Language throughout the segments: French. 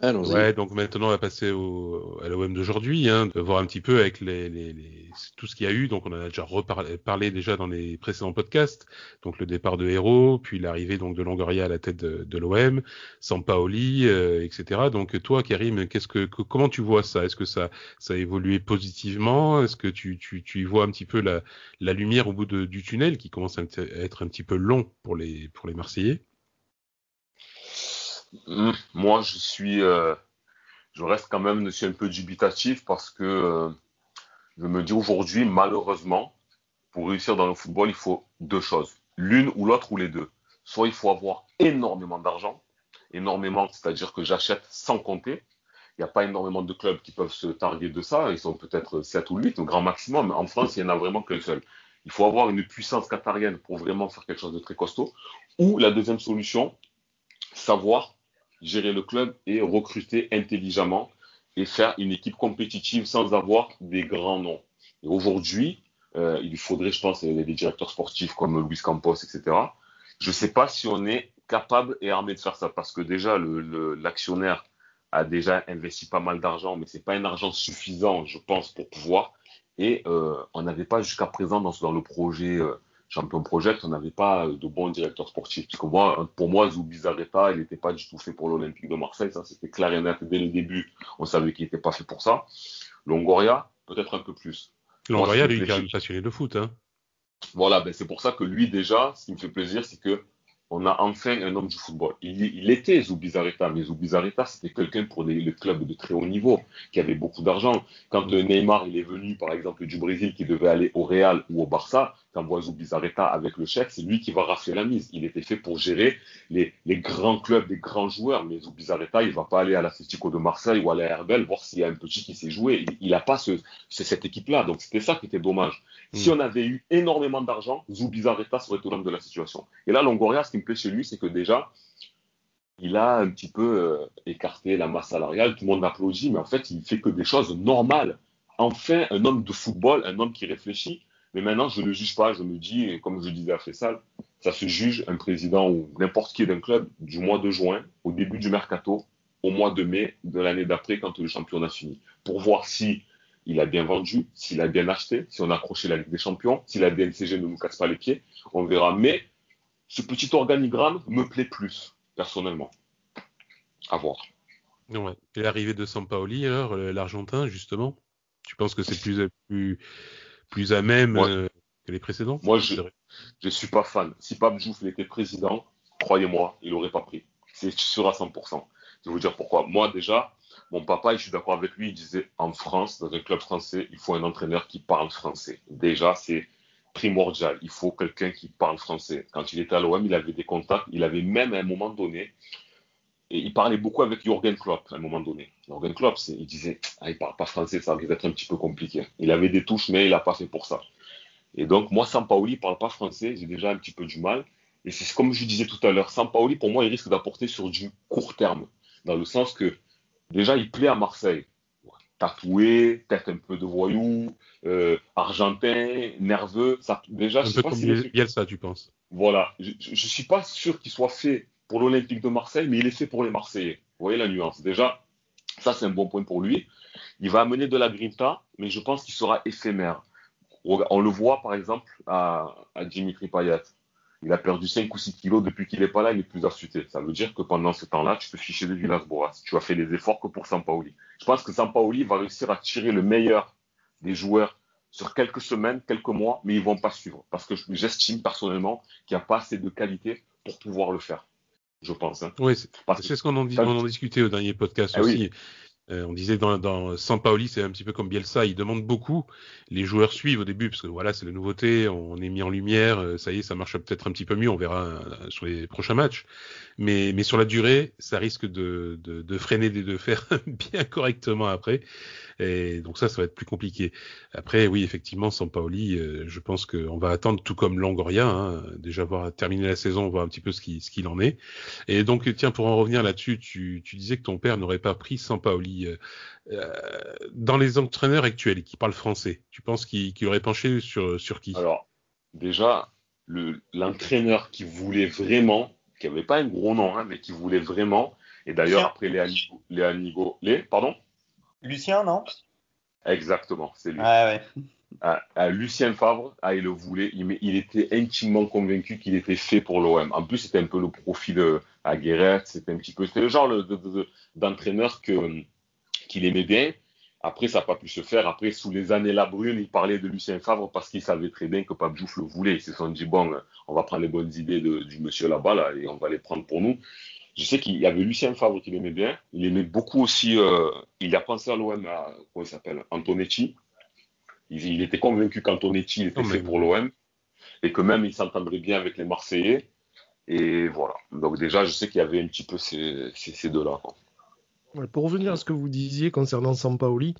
Allons-y. Ouais, donc maintenant on va passer à l'OM d'aujourd'hui, hein, de voir un petit peu avec tout ce qu'il y a eu. Donc on en a déjà parlé déjà dans les précédents podcasts. Donc le départ de Hérault, puis l'arrivée donc de Longoria à la tête de l'OM, Sampaoli, etc. Donc toi, Karim, comment tu vois ça? Est-ce que ça a évolué positivement? Est-ce que tu y vois un petit peu la lumière au bout du tunnel qui commence à être un petit peu long pour les Marseillais? Moi, je reste quand même je suis un peu dubitatif parce que je me dis aujourd'hui, malheureusement, pour réussir dans le football, il faut deux choses. L'une ou l'autre ou les deux. Soit il faut avoir énormément d'argent, énormément, c'est-à-dire que j'achète sans compter. Il n'y a pas énormément de clubs qui peuvent se targuer de ça. Ils sont peut-être 7 ou 8 au grand maximum. En France, il n'y en a vraiment qu'un seul. Il faut avoir une puissance qatarienne pour vraiment faire quelque chose de très costaud. Ou la deuxième solution, savoir gérer le club et recruter intelligemment et faire une équipe compétitive sans avoir des grands noms. Et aujourd'hui, il faudrait, je pense, des directeurs sportifs comme Luis Campos, etc. Je ne sais pas si on est capable et armé de faire ça parce que déjà, l'actionnaire a déjà investi pas mal d'argent, mais ce n'est pas un argent suffisant, je pense, pour pouvoir. Et on n'avait pas jusqu'à présent dans le projet Champion Project, on n'avait pas de bon directeur sportif. Parce que pour moi, Zubizarreta, il n'était pas du tout fait pour l'Olympique de Marseille. Ça, c'était clair et net dès le début. On savait qu'il n'était pas fait pour ça. Longoria, peut-être un peu plus. Moi, ce qui Longoria, me lui, il fait est quand même passionné de foot, hein. voilà, ben c'est pour ça que lui, déjà, ce qui me fait plaisir, c'est que on a enfin un homme du football. Il était Zubizarreta, mais Zubizarreta, c'était quelqu'un pour les clubs de très haut niveau, qui avait beaucoup d'argent. Quand Neymar, il est venu, par exemple, du Brésil, qui devait aller au Real ou au Barça, quand voit Zubizarreta avec le chèque, c'est lui qui va rafler la mise. Il était fait pour gérer les grands clubs, les grands joueurs, mais Zubizarreta, il va pas aller à l'Atlético de Marseille ou à la RBL voir s'il y a un petit qui sait jouer. Il n'a pas cette équipe-là, donc c'était ça qui était dommage. Si on avait eu énormément d'argent, Zubizarreta serait tout l'homme de la situation. Et là, Longoria, ce qui me plaît chez lui, c'est que déjà, il a un petit peu écarté la masse salariale. Tout le monde l'applaudit, mais en fait, il fait que des choses normales. Enfin, un homme de football, un homme qui réfléchit. Mais maintenant, je ne le juge pas. Je me dis, et comme je disais à Fessal, ça se juge un président ou n'importe qui d'un club du mois de juin, au début du mercato, au mois de mai de l'année d'après, quand le championnat finit, pour voir si il a bien vendu, s'il a bien acheté, si on a accroché la Ligue des Champions, si la DNCG ne nous casse pas les pieds, on verra. Mais ce petit organigramme me plaît plus, personnellement. À voir. Ouais. Et l'arrivée de Sampaoli, alors, l'Argentin, justement, tu penses que c'est plus à même Moi, que les précédents? moi je suis pas fan. Si Pape Diouf était président, croyez-moi, il n'aurait pas pris. C'est sûr à 100%. Je vais vous dire pourquoi. Moi, déjà, mon papa, et je suis d'accord avec lui, il disait en France, dans un club français, il faut un entraîneur qui parle français. Déjà, c'est primordial. Il faut quelqu'un qui parle français. Quand il était à l'OM, il avait des contacts. Il avait même à un moment donné, et il parlait beaucoup avec Jürgen Klopp à un moment donné. Jürgen Klopp, il disait, ah, il parle pas français, ça risque d'être un petit peu compliqué. Il avait des touches, mais il n'a pas fait pour ça. Et donc, moi, Sampaoli ne parle pas français, j'ai déjà un petit peu du mal. Et c'est comme je disais tout à l'heure, Sampaoli, pour moi, il risque d'apporter sur du court terme. Dans le sens que, déjà, il plaît à Marseille. Tatoué, tête un peu de voyou, argentin, nerveux. Ça, déjà, je Un sais peu pas comme s'il est fait. Bielsa, tu penses? Voilà. Je ne suis pas sûr qu'il soit fait pour l'Olympique de Marseille, mais il est fait pour les Marseillais. Vous voyez la nuance. Déjà, ça, c'est un bon point pour lui. Il va amener de la grinta, mais je pense qu'il sera éphémère. On le voit, par exemple, à Dimitri Payet. Il a perdu 5 ou 6 kilos depuis qu'il n'est pas là, il n'est plus affûté. Ça veut dire que pendant ce temps-là, tu peux ficher de Villas-Boas. Tu as fait les efforts que pour Sampaoli. Je pense que Sampaoli va réussir à tirer le meilleur des joueurs sur quelques semaines, quelques mois, mais ils ne vont pas suivre. Parce que j'estime personnellement qu'il n'y a pas assez de qualité pour pouvoir le faire. Je pense. Hein. Oui, Parce que, c'est ce qu'on en discutait au dernier podcast eh oui, aussi. On disait dans Sampaoli, c'est un petit peu comme Bielsa, il demande beaucoup. Les joueurs suivent au début parce que voilà, c'est la nouveauté, on est mis en lumière, ça y est, ça marche peut-être un petit peu mieux, on verra sur les prochains matchs. Mais sur la durée, ça risque de freiner des deux fers bien correctement après. Et donc ça va être plus compliqué. Après, oui, effectivement, Sampaoli, je pense qu'on va attendre tout comme Longoria, hein, déjà voir terminer la saison, voir un petit peu ce qu'il en est. Et donc, tiens, pour en revenir là-dessus, tu disais que ton père n'aurait pas pris Sampaoli. Dans les entraîneurs actuels qui parlent français, tu penses qu'il aurait penché sur qui? alors, déjà, l'entraîneur qui voulait vraiment qui n'avait pas un gros nom, hein, mais qui voulait vraiment. Et d'ailleurs, Lucien. après pardon? Lucien, non? Exactement, c'est lui. Ouais. Lucien Favre, il le voulait, il était intimement convaincu qu'il était fait pour l'OM. En plus, c'était un peu le profil à Guéret, c'était le genre d'entraîneur qu'il aimait bien. Après, ça n'a pas pu se faire. Après, sous les années Labrune, il parlait de Lucien Favre parce qu'il savait très bien que Pape Diouf le voulait. Ils se sont dit, bon, on va prendre les bonnes idées du monsieur là-bas, là, et on va les prendre pour nous. Je sais qu'il y avait Lucien Favre qu'il aimait bien. Il aimait beaucoup aussi, il a pensé à l'OM, comment il s'appelle, Antonetti. Il était convaincu qu'Antonetti était fait pour l'OM et que même il s'entendrait bien avec les Marseillais. Et voilà. Donc déjà, je sais qu'il y avait un petit peu ces deux-là, quoi. Ouais, pour revenir à ce que vous disiez concernant Sampaoli,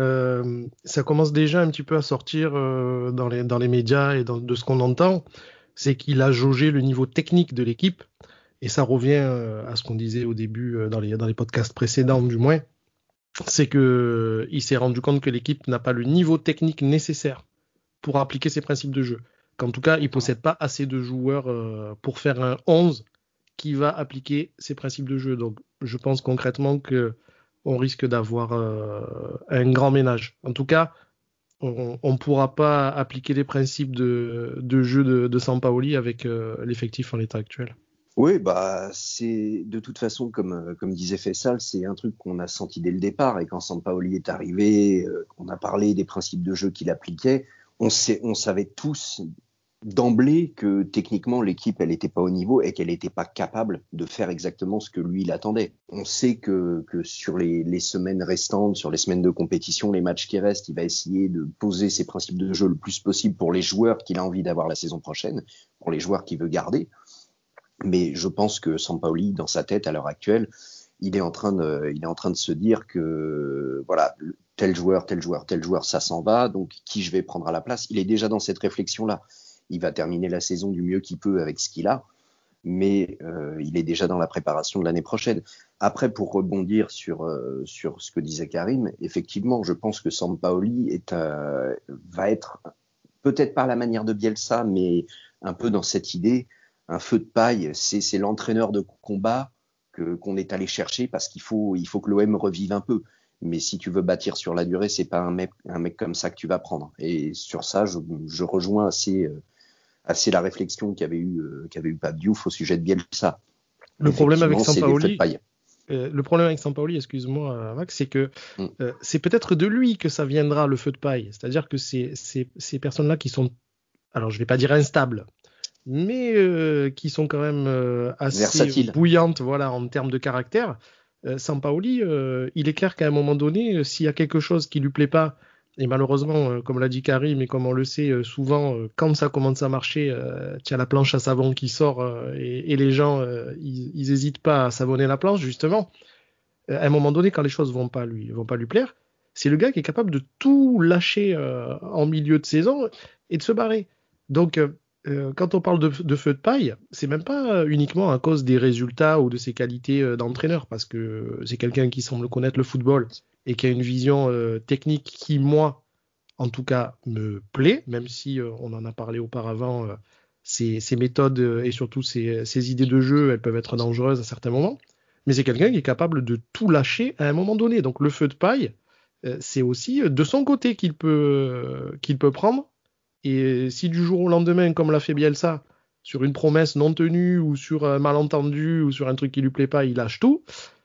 ça commence déjà un petit peu à sortir dans les médias et de ce qu'on entend, c'est qu'il a jaugé le niveau technique de l'équipe, et ça revient à ce qu'on disait au début dans les podcasts précédents du moins, c'est que il s'est rendu compte que l'équipe n'a pas le niveau technique nécessaire pour appliquer ses principes de jeu. Qu'en tout cas, il possède pas assez de joueurs pour faire un 11 qui va appliquer ses principes de jeu. Donc, je pense concrètement que on risque d'avoir un grand ménage. En tout cas, on ne pourra pas appliquer les principes de jeu de Sampaoli avec l'effectif en l'état actuel. Oui, bah c'est de toute façon comme disait Faisal, c'est un truc qu'on a senti dès le départ, et quand Sampaoli est arrivé, qu'on a parlé des principes de jeu qu'il appliquait, on savait tous d'emblée que techniquement l'équipe elle n'était pas au niveau et qu'elle n'était pas capable de faire exactement ce que lui il attendait. On sait que sur les semaines restantes, sur les semaines de compétition, les matchs qui restent, il va essayer de poser ses principes de jeu le plus possible pour les joueurs qu'il a envie d'avoir la saison prochaine, pour les joueurs qu'il veut garder. Mais je pense que Sampaoli, dans sa tête à l'heure actuelle, il est en train de se dire que voilà, tel joueur, ça s'en va, donc qui je vais prendre à la place. Il est déjà dans cette réflexion-là. Il va terminer la saison du mieux qu'il peut avec ce qu'il a, mais il est déjà dans la préparation de l'année prochaine. Après, pour rebondir sur ce que disait Karim, effectivement, je pense que Sampaoli va être, peut-être pas à la manière de Bielsa, mais un peu dans cette idée, un feu de paille, c'est l'entraîneur de combat qu'on est allé chercher parce qu'il faut que l'OM revive un peu. Mais si tu veux bâtir sur la durée, c'est pas un mec comme ça que tu vas prendre. Et sur ça, je rejoins assez la réflexion qu'avait eu Pape Diouf au sujet de Bielsa. Le problème avec Sampaoli, excuse-moi Max, c'est que c'est peut-être de lui que ça viendra le feu de paille. C'est-à-dire que ces personnes-là qui sont, alors je vais pas dire instables, mais qui sont quand même assez versatiles, bouillantes, voilà, en termes de caractère. Sampaoli, il est clair qu'à un moment donné, s'il y a quelque chose qui lui plaît pas, et malheureusement, comme l'a dit Karim, et comme on le sait souvent, quand ça commence à marcher, tu as la planche à savon qui sort et les gens, ils hésitent pas à savonner la planche, justement. À un moment donné, quand les choses vont pas lui plaire, c'est le gars qui est capable de tout lâcher en milieu de saison et de se barrer. Donc, quand on parle de feu de paille, c'est même pas uniquement à cause des résultats ou de ses qualités d'entraîneur, parce que c'est quelqu'un qui semble connaître le football et qui a une vision technique qui, moi, en tout cas, me plaît, même si on en a parlé auparavant, ses méthodes et surtout ses idées de jeu, elles peuvent être dangereuses à certains moments. Mais c'est quelqu'un qui est capable de tout lâcher à un moment donné. Donc le feu de paille, c'est aussi de son côté qu'il peut prendre. Et si du jour au lendemain, comme l'a fait Bielsa, sur une promesse non tenue ou sur un malentendu ou sur un truc qui lui plaît pas, il lâche tout.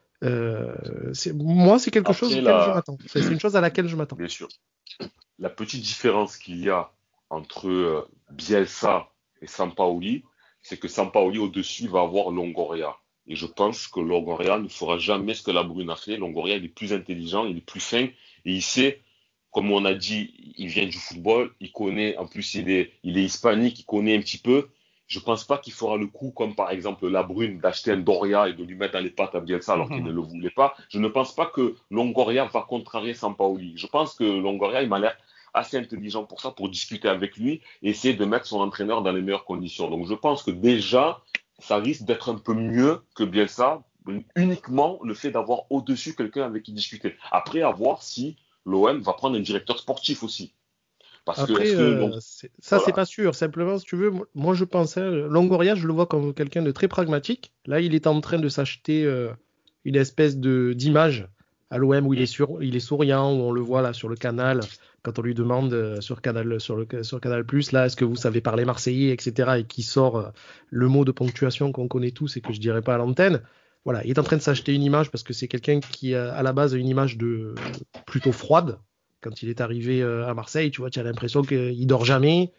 Moi, c'est quelque chose auquel je m'attends. C'est une chose à laquelle je m'attends. Bien sûr. La petite différence qu'il y a entre Bielsa et Sampaoli, c'est que Sampaoli au-dessus va avoir Longoria. Et je pense que Longoria ne fera jamais ce que Labrune a fait. Longoria, il est plus intelligent, il est plus fin, et il sait, comme on a dit, il vient du football, il connaît, en plus il est hispanique, il connaît un petit peu. Je pense pas qu'il fera le coup, comme par exemple Labrune, d'acheter un Doria et de lui mettre dans les pattes à Bielsa alors qu'il ne le voulait pas. Je ne pense pas que Longoria va contrarier Sampaoli. Je pense que Longoria, il m'a l'air assez intelligent pour ça, pour discuter avec lui et essayer de mettre son entraîneur dans les meilleures conditions. Donc je pense que déjà, ça risque d'être un peu mieux que Bielsa, uniquement le fait d'avoir au-dessus quelqu'un avec qui discuter. Après, à voir si l'OM va prendre un directeur sportif aussi. Parce Après, c'est pas sûr. Simplement, si tu veux, moi je pense, Longoria, je le vois comme quelqu'un de très pragmatique. Là, il est en train de s'acheter une espèce d'image à l'OM où il est souriant, où on le voit là sur le canal, quand on lui demande sur Canal Plus, là, est-ce que vous savez parler marseillais, etc. et qui sort le mot de ponctuation qu'on connaît tous et que je dirais pas à l'antenne. Voilà, il est en train de s'acheter une image parce que c'est quelqu'un qui a à la base une image de plutôt froide. Quand il est arrivé à Marseille, tu vois, tu as l'impression qu'il dort jamais,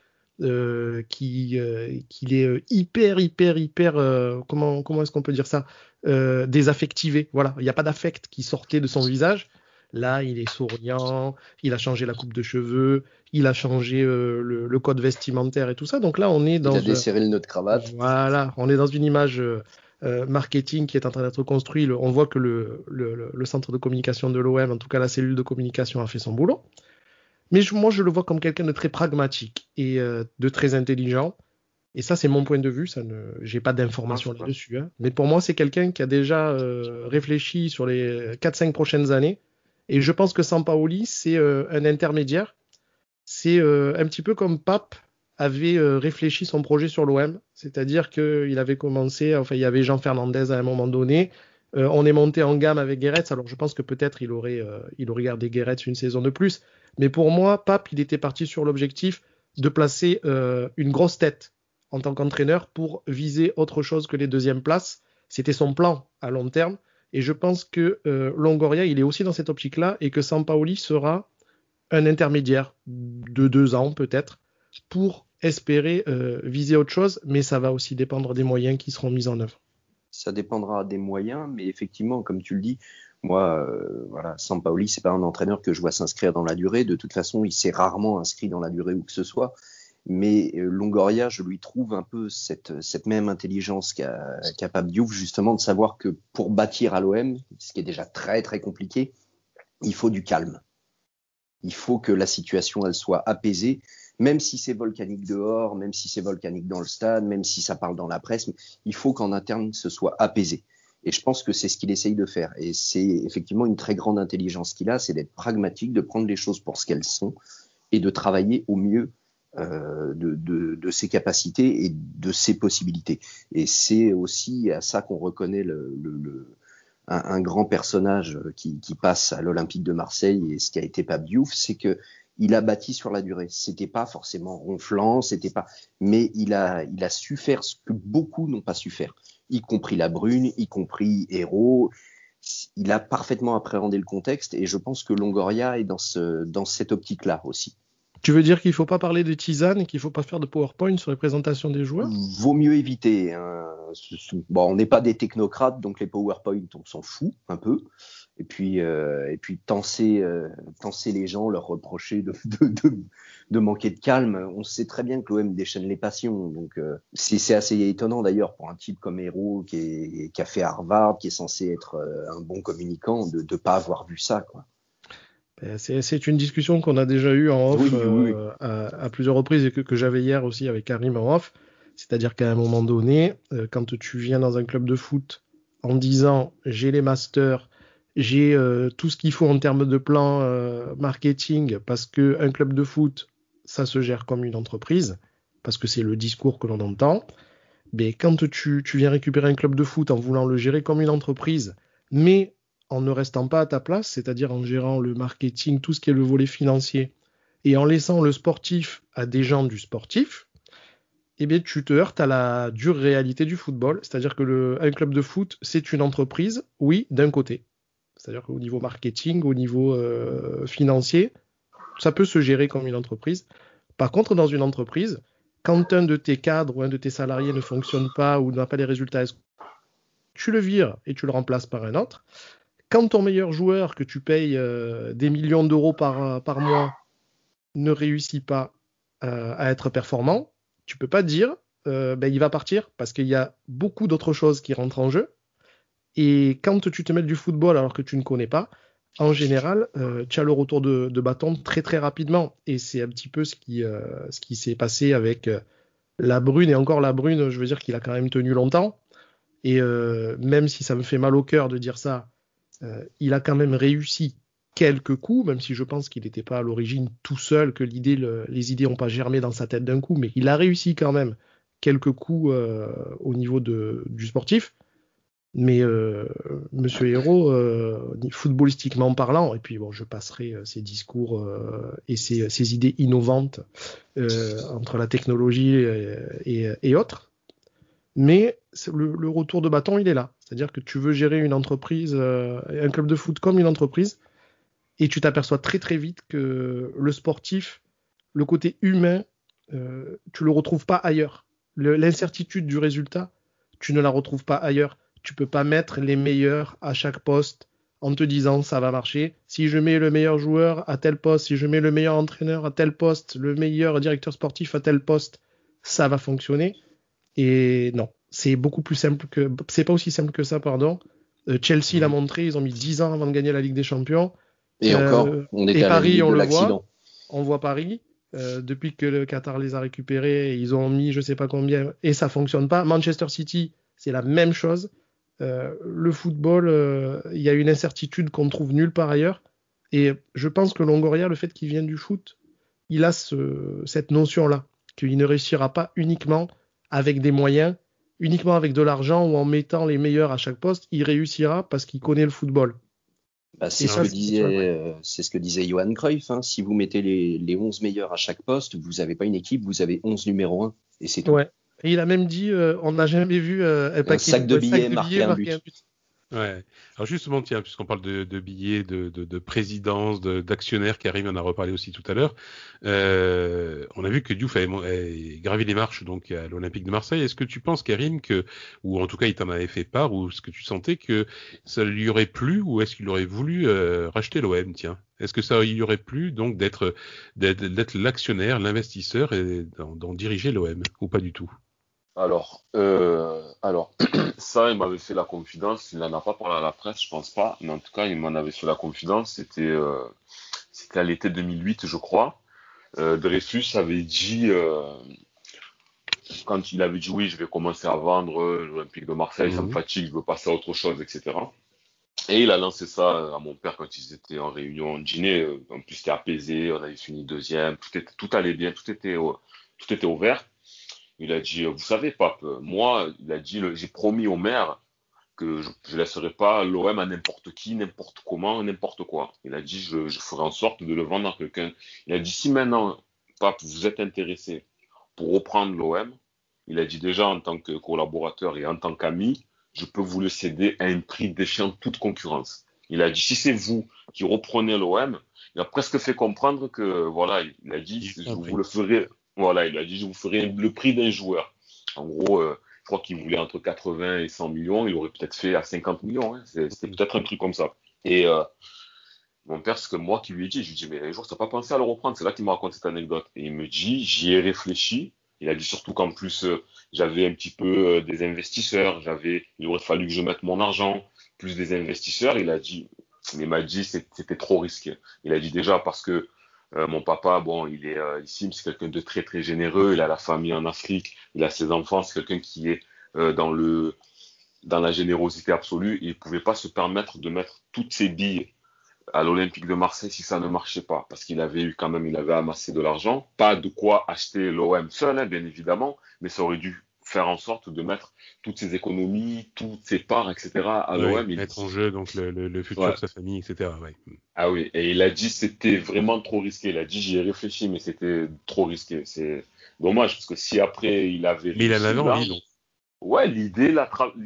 qu'il est hyper, comment est-ce qu'on peut dire ça, désaffectivé. Voilà, il n'y a pas d'affect qui sortait de son visage. Là, il est souriant, il a changé la coupe de cheveux, il a changé le code vestimentaire et tout ça. Donc là, on est dans il a desserré le nœud de cravate. Voilà, on est dans une image marketing qui est en train d'être construit. On voit que le centre de communication de l'OM, en tout cas la cellule de communication, a fait son boulot. Mais moi, je le vois comme quelqu'un de très pragmatique et de très intelligent. Et ça, c'est mon point de vue. J'ai pas d'informations là-dessus. Hein. Mais pour moi, c'est quelqu'un qui a déjà réfléchi sur les 4-5 prochaines années. Et je pense que Sampaoli, c'est un intermédiaire. C'est un petit peu comme Pape avait réfléchi son projet sur l'OM. C'est-à-dire qu'il avait commencé, enfin, il y avait Jean Fernandez à un moment donné. On est monté en gamme avec Guéretz. Alors, je pense que peut-être il aurait gardé Guéretz une saison de plus. Mais pour moi, Pape, il était parti sur l'objectif de placer une grosse tête en tant qu'entraîneur pour viser autre chose que les deuxièmes places. C'était son plan à long terme. Et je pense que Longoria, il est aussi dans cette optique-là et que Sampaoli sera un intermédiaire de 2 ans peut-être pour espérer viser autre chose. Mais ça va aussi dépendre des moyens qui seront mis en œuvre. Ça dépendra des moyens, mais effectivement, comme tu le dis, moi, voilà, Sampaoli, c'est pas un entraîneur que je vois s'inscrire dans la durée. De toute façon, il s'est rarement inscrit dans la durée où que ce soit. Mais Longoria, je lui trouve un peu cette même intelligence qu'a Pape Diouf, justement, de savoir que pour bâtir à l'OM, ce qui est déjà très très compliqué, il faut du calme. Il faut que la situation elle soit apaisée, même si c'est volcanique dehors, même si c'est volcanique dans le stade, même si ça parle dans la presse, il faut qu'en interne ce soit apaisé. Et je pense que c'est ce qu'il essaye de faire. Et c'est effectivement une très grande intelligence qu'il a, c'est d'être pragmatique, de prendre les choses pour ce qu'elles sont et de travailler au mieux de ses capacités et de ses possibilités. Et c'est aussi à ça qu'on reconnaît un grand personnage qui passe à l'Olympique de Marseille et ce qui a été Pape Diouf, c'est que il a bâti sur la durée. C'était pas forcément ronflant, mais il a su faire ce que beaucoup n'ont pas su faire, y compris La Brune, y compris Hérault. Il a parfaitement appréhendé le contexte et je pense que Longoria est dans cette optique-là aussi. Tu veux dire qu'il ne faut pas parler de tisane et qu'il ne faut pas faire de PowerPoint sur les présentations des joueurs ? Vaut mieux éviter. Hein. Bon, on n'est pas des technocrates, donc les PowerPoint, on s'en fout un peu. Et puis tenser les gens, leur reprocher de manquer de calme. On sait très bien que l'OM déchaîne les passions. Donc c'est assez étonnant d'ailleurs pour un type comme Hérault qui a fait Harvard, qui est censé être un bon communicant, de ne pas avoir vu ça, quoi. C'est une discussion qu'on a déjà eue en off oui. À plusieurs reprises et que j'avais hier aussi avec Karim en off. C'est-à-dire qu'à un moment donné, quand tu viens dans un club de foot en disant j'ai les masters, j'ai tout ce qu'il faut en termes de plan marketing, parce qu'un club de foot, ça se gère comme une entreprise, parce que c'est le discours que l'on entend. Mais quand tu viens récupérer un club de foot en voulant le gérer comme une entreprise, mais en ne restant pas à ta place, c'est-à-dire en gérant le marketing, tout ce qui est le volet financier, et en laissant le sportif à des gens du sportif, eh bien, tu te heurtes à la dure réalité du football. C'est-à-dire que un club de foot, c'est une entreprise, oui, d'un côté. C'est-à-dire qu'au niveau marketing, au niveau financier, ça peut se gérer comme une entreprise. Par contre, dans une entreprise, quand un de tes cadres ou un de tes salariés ne fonctionne pas ou n'a pas les résultats, tu le vires et tu le remplaces par un autre. Quand ton meilleur joueur que tu payes des millions d'euros par mois ne réussit pas à être performant, tu peux pas dire il va partir parce qu'il y a beaucoup d'autres choses qui rentrent en jeu. Et quand tu te mets du football alors que tu ne connais pas, en général, tu as le retour de bâton très très rapidement. Et c'est un petit peu ce qui s'est passé avec La Brune. Et encore La Brune, je veux dire qu'il a quand même tenu longtemps. Et même si ça me fait mal au cœur de dire ça, il a quand même réussi quelques coups, même si je pense qu'il n'était pas à l'origine tout seul, que les idées n'ont pas germé dans sa tête d'un coup, mais il a réussi quand même quelques coups au niveau du sportif. Mais Monsieur Hérault, footballistiquement parlant, et puis bon, je passerai ses discours et ses idées innovantes entre la technologie et autres, mais le retour de bâton, il est là. C'est-à-dire que tu veux gérer une entreprise, un club de foot comme une entreprise, et tu t'aperçois très très vite que le sportif, le côté humain, tu le retrouves pas ailleurs. L'incertitude du résultat, tu ne la retrouves pas ailleurs. Tu peux pas mettre les meilleurs à chaque poste en te disant ça va marcher. Si je mets le meilleur joueur à tel poste, si je mets le meilleur entraîneur à tel poste, le meilleur directeur sportif à tel poste, ça va fonctionner. Et non, c'est pas aussi simple que ça, pardon. Chelsea l'a montré, ils ont mis 10 ans avant de gagner la Ligue des Champions. Et encore, on est à la limite de l'accident. On voit Paris. Depuis que le Qatar les a récupérés, ils ont mis je sais pas combien et ça fonctionne pas. Manchester City, c'est la même chose. Le football, il y a une incertitude qu'on ne trouve nulle part ailleurs. Et je pense que Longoria, le fait qu'il vienne du foot, il a cette notion-là, qu'il ne réussira pas uniquement avec des moyens, uniquement avec de l'argent ou en mettant les meilleurs à chaque poste. Il réussira parce qu'il connaît le football. C'est ce que disait Johan Cruyff. Hein. Si vous mettez les 11 meilleurs à chaque poste, vous n'avez pas une équipe, vous avez 11 numéro 1. Et c'est tout. Ouais. Et il a même dit, on n'a jamais vu un sac de billets marquer un but. Ouais. Alors justement, tiens, puisqu'on parle de billets, de présidence, d'actionnaires qui arrivent, on en a reparlé aussi tout à l'heure. On a vu que Diouf avait gravi les marches donc à l'Olympique de Marseille. Est-ce que tu penses, Karim, ou en tout cas il t'en avait fait part, ou est-ce que tu sentais que ça lui aurait plu, ou est-ce qu'il aurait voulu racheter l'OM, tiens? Est-ce que ça lui aurait plu donc d'être l'actionnaire, l'investisseur et d'en diriger l'OM, ou pas du tout? Alors, ça, il m'avait fait la confidence. Il n'en a pas parlé à la presse, je pense pas. Mais en tout cas, il m'en avait fait la confidence. C'était à l'été 2008, je crois. Dreyfus avait dit, quand il avait dit oui, je vais commencer à vendre l'Olympique de Marseille, ça me fatigue, je veux passer à autre chose, etc. Et il a lancé ça à mon père quand ils étaient en réunion, en dîner. En plus, c'était apaisé, on avait fini deuxième, tout allait bien, tout était ouvert. Il a dit, vous savez, pape, moi, il a dit, j'ai promis au maire que je laisserai pas l'OM à n'importe qui, n'importe comment, n'importe quoi. Il a dit, je ferai en sorte de le vendre à quelqu'un. Il a dit, si maintenant, pape, vous êtes intéressé pour reprendre l'OM, il a dit déjà en tant que collaborateur et en tant qu'ami, je peux vous le céder à un prix défiant toute concurrence. Il a dit, si c'est vous qui reprenez l'OM, il a presque fait comprendre que, voilà, il a dit, je vous le ferai. Voilà, il a dit, je vous ferai le prix d'un joueur. En gros, je crois qu'il voulait entre 80 et 100 millions. Il aurait peut-être fait à 50 millions. Hein. C'était peut-être un truc comme ça. Et mon père, c'est que moi qui lui ai dit, je lui ai dit, mais un jour, tu n'as pas pensé à le reprendre. C'est là qu'il me raconte cette anecdote. Et il me dit, j'y ai réfléchi. Il a dit surtout qu'en plus, j'avais un petit peu des investisseurs. Il aurait fallu que je mette mon argent, plus des investisseurs. Il m'a dit, c'était trop risqué. Il a dit déjà parce que mon papa, bon, il est ici, c'est quelqu'un de très très généreux. Il a la famille en Afrique, il a ses enfants. C'est quelqu'un qui est dans la générosité absolue. Et il pouvait pas se permettre de mettre toutes ses billes à l'Olympique de Marseille si ça ne marchait pas, parce qu'il avait amassé de l'argent, pas de quoi acheter l'OM seul, hein, bien évidemment, mais ça aurait dû faire en sorte de mettre toutes ses économies, toutes ses parts, etc. à l'OM. Mettre en jeu donc le futur de sa famille, etc. Ouais. Ah oui, et il a dit c'était vraiment trop risqué. Il a dit j'y ai réfléchi, mais c'était trop risqué. C'est dommage, parce que si après il avait... Mais il en avait envie, donc. Ouais, l'idée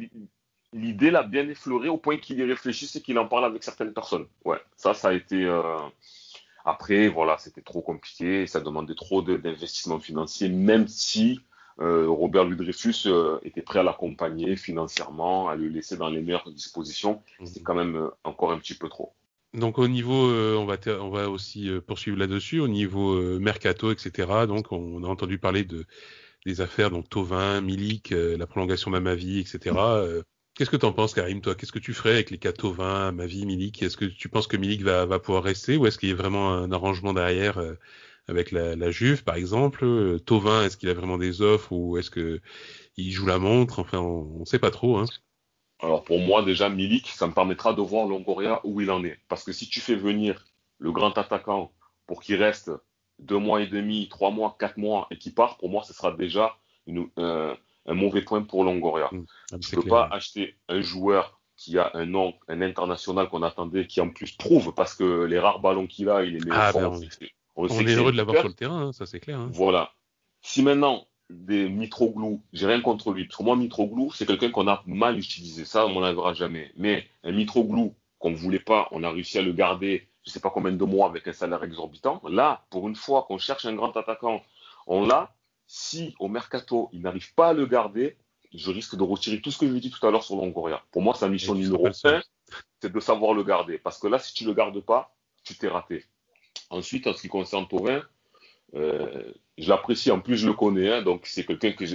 l'a bien effleuré au point qu'il y réfléchisse et qu'il en parle avec certaines personnes. Ouais, ça a été... Après, voilà, c'était trop compliqué, ça demandait trop d'investissement financier, même si Robert Louis Dreyfus était prêt à l'accompagner financièrement, à le laisser dans les meilleures dispositions. C'était quand même encore un petit peu trop. Donc au niveau, on va aussi poursuivre là-dessus, au niveau mercato, etc. Donc on a entendu parler des affaires, donc Thauvin, Milik, la prolongation d'Amavi, etc. Qu'est-ce que t'en penses, Karim, toi? Qu'est-ce que tu ferais avec les cas Thauvin, Amavi, Milik? Est-ce que tu penses que Milik va pouvoir rester, ou est-ce qu'il y a vraiment un arrangement derrière avec la Juve, par exemple? Thauvin, est-ce qu'il a vraiment des offres, ou est-ce que il joue la montre? Enfin, on sait pas trop, hein. Alors pour moi, déjà, Milik, ça me permettra de voir Longoria où il en est. Parce que si tu fais venir le grand attaquant pour qu'il reste 2 mois et demi, 3 mois, 4 mois et qu'il part, pour moi, ce sera déjà un mauvais point pour Longoria. Tu peux pas acheter un joueur qui a un nom, un international qu'on attendait, qui en plus prouve, parce que les rares ballons qu'il a, il les met au fond. On est heureux de l'avoir sur le terrain, ça c'est clair. Voilà. Si maintenant, des Mitroglou, j'ai rien contre lui. Pour moi, Mitroglou, c'est quelqu'un qu'on a mal utilisé. Ça, on n'en arrivera jamais. Mais un Mitroglou qu'on ne voulait pas, on a réussi à le garder, je ne sais pas combien de mois avec un salaire exorbitant. Là, pour une fois qu'on cherche un grand attaquant, on l'a. Si au mercato, il n'arrive pas à le garder, je risque de retirer tout ce que je dit tout à l'heure sur Longoria. Pour moi, sa mission numéro 1, c'est de savoir le garder. Parce que là, si tu ne le gardes pas, tu t'es raté. Ensuite, en ce qui concerne Thauvin, je l'apprécie, en plus je le connais, donc c'est quelqu'un que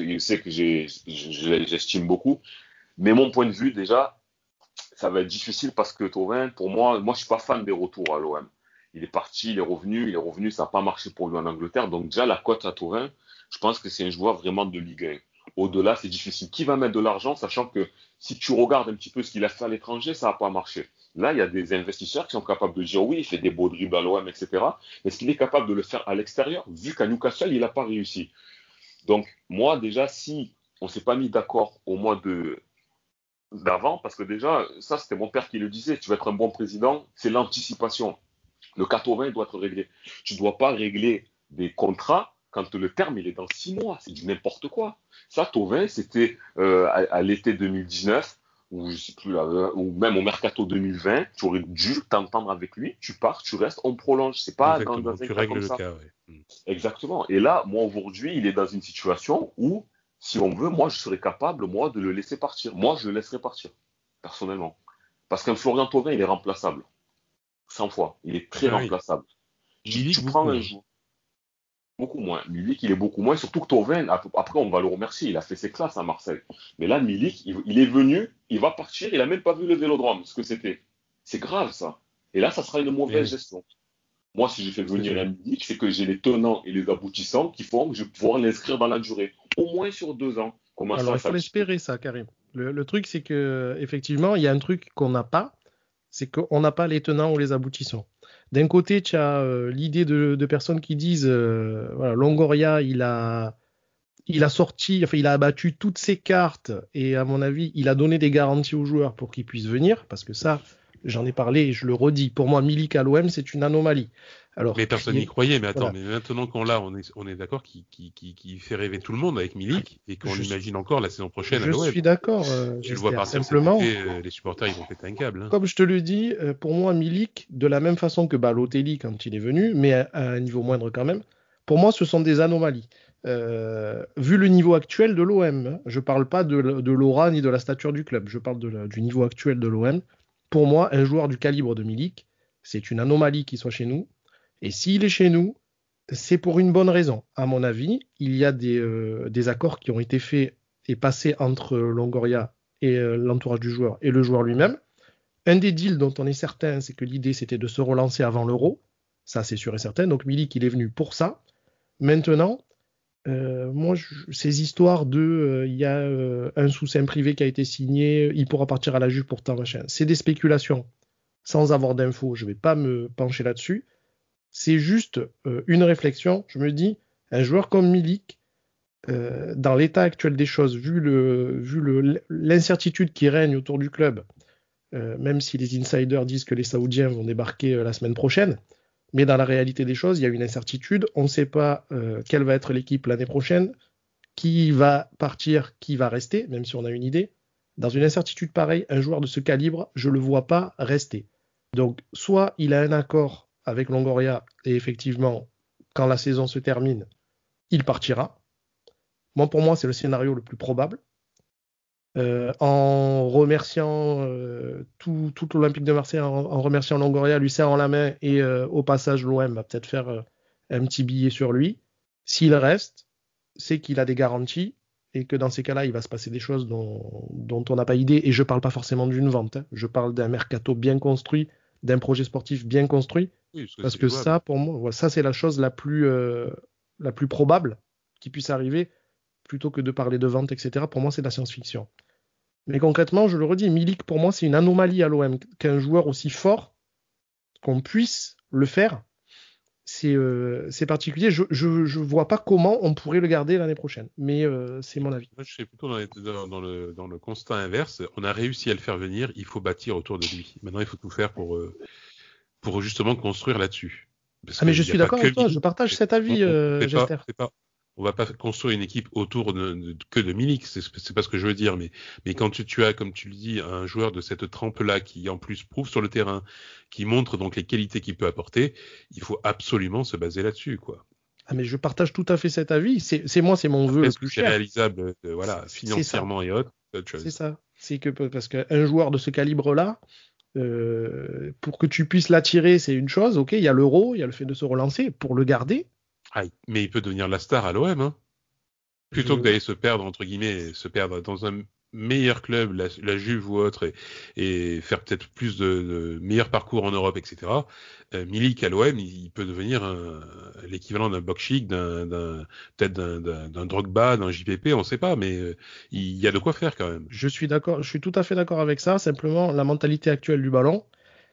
j'estime beaucoup. Mais mon point de vue, déjà, ça va être difficile parce que Thauvin, pour moi, je suis pas fan des retours à l'OM. Il est parti, il est revenu, ça n'a pas marché pour lui en Angleterre. Donc déjà, la cote à Thauvin, je pense que c'est un joueur vraiment de Ligue 1. Au-delà, c'est difficile. Qui va mettre de l'argent, sachant que si tu regardes un petit peu ce qu'il a fait à l'étranger, ça n'a pas marché. Là, il y a des investisseurs qui sont capables de dire oui, il fait des beaux dribbles à l'OM, etc. Mais est-ce qu'il est capable de le faire à l'extérieur, vu qu'à Newcastle, il n'a pas réussi? Donc, moi, déjà, si on ne s'est pas mis d'accord au mois d'avant, parce que déjà, ça, c'était mon père qui le disait, tu vas être un bon président, c'est l'anticipation. Le 80 doit être réglé. Tu ne dois pas régler des contrats quand le terme il est dans 6 mois. C'est du n'importe quoi. Ça, Thauvin, c'était à l'été 2019, ou je sais plus, ou même au mercato 2020, tu aurais dû t'entendre avec lui, tu pars, tu restes, on prolonge. C'est pas dans un tu cas règles comme le ça. cas, ouais. Exactement. Et là, moi, aujourd'hui, il est dans une situation où, si on veut, moi, je serais capable, moi, de le laisser partir. Moi, je le laisserais partir, personnellement. Parce qu'un Florian Thauvin, il est remplaçable. 100 fois. Il est très remplaçable. Milik, tu prends un joueur. Beaucoup moins. Milik, il est beaucoup moins. Surtout que Thauvin, après, on va le remercier. Il a fait ses classes à Marseille. Mais là, Milik, il est venu, il va partir, il n'a même pas vu le Vélodrome, ce que c'était. C'est grave, ça. Et là, ça sera une mauvaise gestion. Moi, si je fais venir un Milik, c'est que j'ai les tenants et les aboutissants qui font que je vais pouvoir l'inscrire dans la durée. Au moins sur 2 ans. Alors, il faut l'espérer, ça, Karim. Le truc, c'est que effectivement, il y a un truc qu'on n'a pas, c'est qu'on n'a pas les tenants ou les aboutissants. D'un côté, tu as l'idée de personnes qui disent voilà, Longoria, il a abattu toutes ses cartes et à mon avis, il a donné des garanties aux joueurs pour qu'ils puissent venir, parce que ça, j'en ai parlé et je le redis. Pour moi, Milik à l'OM, c'est une anomalie. Alors, mais personne n'y croyait, mais attends, mais maintenant qu'on l'a, on est d'accord qu'il fait rêver tout le monde avec Milik et qu'on l'imagine encore la saison prochaine à l'OM. Je suis d'accord. Tu le vois partir simplement. les supporters, ils vont péter un câble. Comme je te le dis, pour moi, Milik, de la même façon que Balotelli quand il est venu, mais à un niveau moindre quand même, pour moi, ce sont des anomalies. Vu le niveau actuel de l'OM, je ne parle pas de l'aura ni de la stature du club, je parle du niveau actuel de l'OM. Pour moi, un joueur du calibre de Milik, c'est une anomalie qu'il soit chez nous. Et s'il est chez nous, c'est pour une bonne raison. À mon avis, il y a des accords qui ont été faits et passés entre Longoria et l'entourage du joueur et le joueur lui-même. Un des deals dont on est certain, c'est que l'idée, c'était de se relancer avant l'Euro. Ça, c'est sûr et certain. Donc, Milik, il est venu pour ça. Maintenant, moi, ces histoires il y a un sous-seing privé qui a été signé, il pourra partir à la Juve pour tant, machin. C'est des spéculations. Sans avoir d'infos, je ne vais pas me pencher là-dessus. C'est juste une réflexion. Je me dis, un joueur comme Milik, dans l'état actuel des choses, vu l'incertitude qui règne autour du club, même si les insiders disent que les Saoudiens vont débarquer la semaine prochaine, mais dans la réalité des choses, il y a une incertitude. On ne sait pas quelle va être l'équipe l'année prochaine, qui va partir, qui va rester, même si on a une idée. Dans une incertitude pareille, un joueur de ce calibre, je ne le vois pas rester. Donc, soit il a un accord avec Longoria et effectivement, quand la saison se termine, il partira. Pour moi, c'est le scénario le plus probable. En remerciant tout l'Olympique de Marseille, en remerciant Longoria, lui serrant la main et au passage, l'OM va peut-être faire un petit billet sur lui. S'il reste, c'est qu'il a des garanties et que dans ces cas-là, il va se passer des choses dont on n'a pas idée. Et je ne parle pas forcément d'une vente. Je parle d'un mercato bien construit, d'un projet sportif bien construit. Oui, parce que ça, pour moi, ça c'est la chose la plus probable qui puisse arriver, plutôt que de parler de vente, etc. Pour moi, c'est de la science-fiction. Mais concrètement, je le redis, Milik, pour moi, c'est une anomalie à l'OM. Qu'un joueur aussi fort, qu'on puisse le faire, c'est particulier. Je vois pas comment on pourrait le garder l'année prochaine. Mais c'est mon avis. Moi, je suis plutôt dans le constat inverse. On a réussi à le faire venir, il faut bâtir autour de lui. Maintenant, il faut tout faire pour justement construire là-dessus. Parce Mais qu'il je n'y a suis pas d'accord que avec toi, Milik. je partage cet avis, Gester. On va pas construire une équipe autour que de Milik, c'est pas ce que je veux dire, mais quand tu as, comme tu le dis, un joueur de cette trempe-là qui en plus prouve sur le terrain, qui montre donc les qualités qu'il peut apporter, il faut absolument se baser là-dessus, quoi. Mais je partage tout à fait cet avis. C'est mon vœu Après, le est-ce que plus c'est cher. réalisable, voilà, C'est ça. financièrement et autres, c'est autre C'est chose. ça. C'est que parce qu'un joueur de ce calibre-là, pour que tu puisses l'attirer, c'est une chose. Ok, il y a l'euro, il y a le fait de se relancer. Pour le garder, Ah, mais il peut devenir la star à l'OM, hein. Plutôt que d'aller se perdre, entre guillemets, se perdre dans un meilleur club, la Juve ou autre, et faire peut-être plus de meilleurs parcours en Europe, etc. Milik à l'OM, il peut devenir l'équivalent d'un Bokchik, peut-être d'un Drogba, d'un JPP, on ne sait pas, mais il y a de quoi faire quand même. je suis d'accord, je suis tout à fait d'accord avec ça. Simplement, la mentalité actuelle du ballon.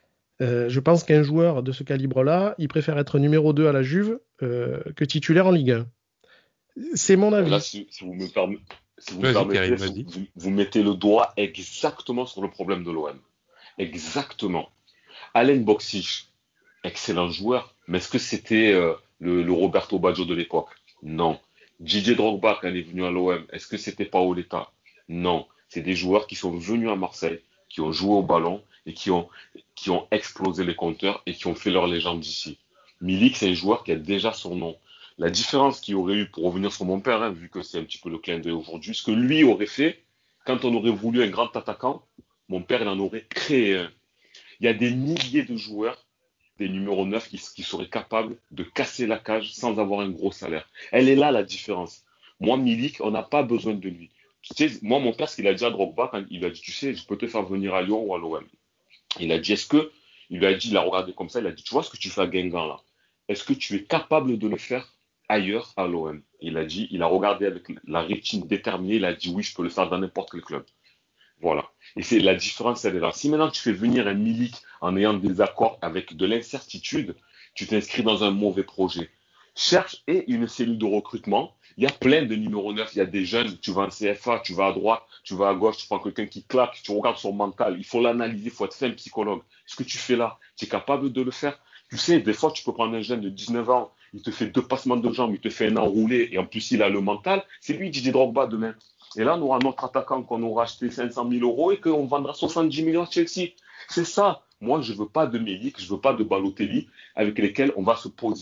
Je pense qu'un joueur de ce calibre-là, il préfère être numéro 2 à la Juve que titulaire en Ligue 1. C'est mon Là, avis. si vous me permettez, si vous me Vas-y, permettez, Karim, vas-y. vous mettez le doigt exactement sur le problème de l'OM. Exactement. Alen Boksic, excellent joueur, mais est-ce que c'était le Roberto Baggio de l'époque? Non. Didier Drogba, quand il est venu à l'OM, est-ce que c'était Paoletta? Non. C'est des joueurs qui sont venus à Marseille, qui ont joué au ballon et qui ont explosé les compteurs et qui ont fait leur légende d'ici. Milik, c'est un joueur qui a déjà son nom. La différence qu'il y aurait eu, pour revenir sur mon père, hein, vu que c'est un petit peu le clin d'œil aujourd'hui, ce que lui aurait fait, quand on aurait voulu un grand attaquant, mon père, il en aurait créé un. Il y a des milliers de joueurs, des numéros 9 qui seraient capables de casser la cage sans avoir un gros salaire. Elle est là la différence. Moi, Milik, on n'a pas besoin de lui. Tu sais, moi, mon père, ce qu'il a dit à Drogba, quand il a dit, tu sais, je peux te faire venir à Lyon ou à l'OM. Il a dit, il lui a dit, il a regardé comme ça, il a dit, tu vois ce que tu fais à Guingamp là? Est-ce que tu es capable de le faire ailleurs à l'OM? Il a dit, il a regardé avec la rétine déterminée, il a dit, oui, je peux le faire dans n'importe quel club. Voilà. Et c'est la différence, elle est là. Si maintenant tu fais venir un Milik en ayant des accords avec de l'incertitude, tu t'inscris dans un mauvais projet. Cherche une cellule de recrutement. Il y a plein de numéros 9. Il y a des jeunes. Tu vas en CFA, tu vas à droite, tu vas à gauche, tu prends quelqu'un qui claque, tu regardes son mental. Il faut l'analyser, il faut être un psychologue. Ce que tu fais là, tu es capable de le faire. Tu sais, des fois, tu peux prendre un jeune de 19 ans, il te fait 2 passements de jambes, il te fait un enroulé, et en plus, il a le mental. C'est lui, Didier Drogba, demain. Et là, on aura notre attaquant qu'on aura acheté 500 000 euros et qu'on vendra 70 millions à Chelsea. C'est ça. Moi, je veux pas de Milik, je veux pas de Balotelli avec lesquels on va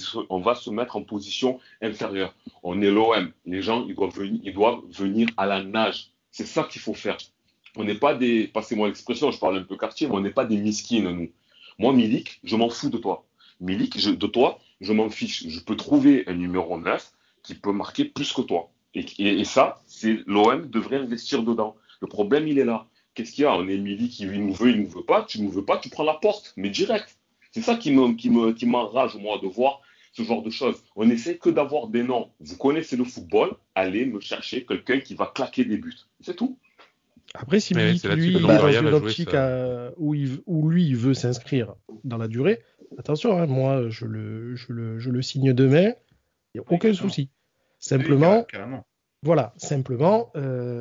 se mettre en position inférieure. On est l'OM. Les gens, ils doivent venir à la nage. C'est ça qu'il faut faire. On n'est pas passez-moi l'expression, je parle un peu quartier, mais on n'est pas des miskines, nous. Moi, Milik, je m'en fous de toi. Milik, de toi, je m'en fiche. Je peux trouver un numéro 9 qui peut marquer plus que toi. Et ça, c'est l'OM devrait investir dedans. Le problème, il est là. Qu'est-ce qu'il y a? On est Milik qui nous veut, il nous veut pas. Tu nous veux pas, tu prends la porte, mais direct. C'est ça qui m'enrage, moi, de voir ce genre de choses. On essaie que d'avoir des noms. Vous connaissez le football, allez me chercher quelqu'un qui va claquer des buts. C'est tout. Après, si Ouais, Milik, c'est là-dessus lui, que il est dans Longoria une va jouer optique ça. où lui, il veut s'inscrire dans la durée, attention, hein, moi, je le signe demain, il n'y a Oui, aucun carrément. souci. Oui, Simplement, carrément. voilà, simplement,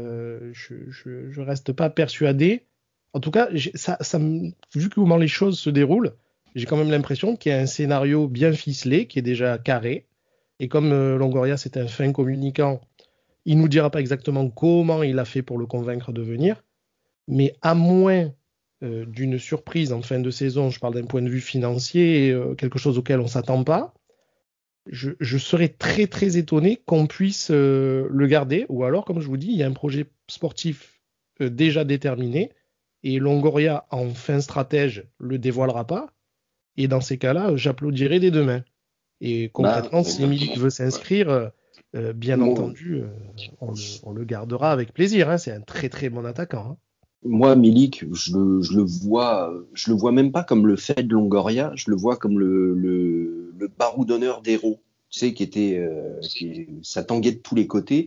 je reste pas persuadé. En tout cas, vu comment les choses se déroulent, j'ai quand même l'impression qu'il y a un scénario bien ficelé, qui est déjà carré. Et comme Longoria, c'est un fin communicant, il nous dira pas exactement comment il a fait pour le convaincre de venir. Mais à moins d'une surprise en fin de saison, je parle d'un point de vue financier, quelque chose auquel on ne s'attend pas, je serais très très étonné qu'on puisse le garder, ou alors, comme je vous dis, il y a un projet sportif déjà déterminé, et Longoria, en fin stratège, le dévoilera pas, et dans ces cas-là, j'applaudirai des deux mains. Et concrètement, si Milik veut s'inscrire, bien entendu, on le gardera avec plaisir, hein, c'est un très très bon attaquant. Hein. Moi, Milik, je le vois même pas comme le fait de Longoria, je le vois comme le baroudonneur d'héros, tu sais, ça tanguait de tous les côtés.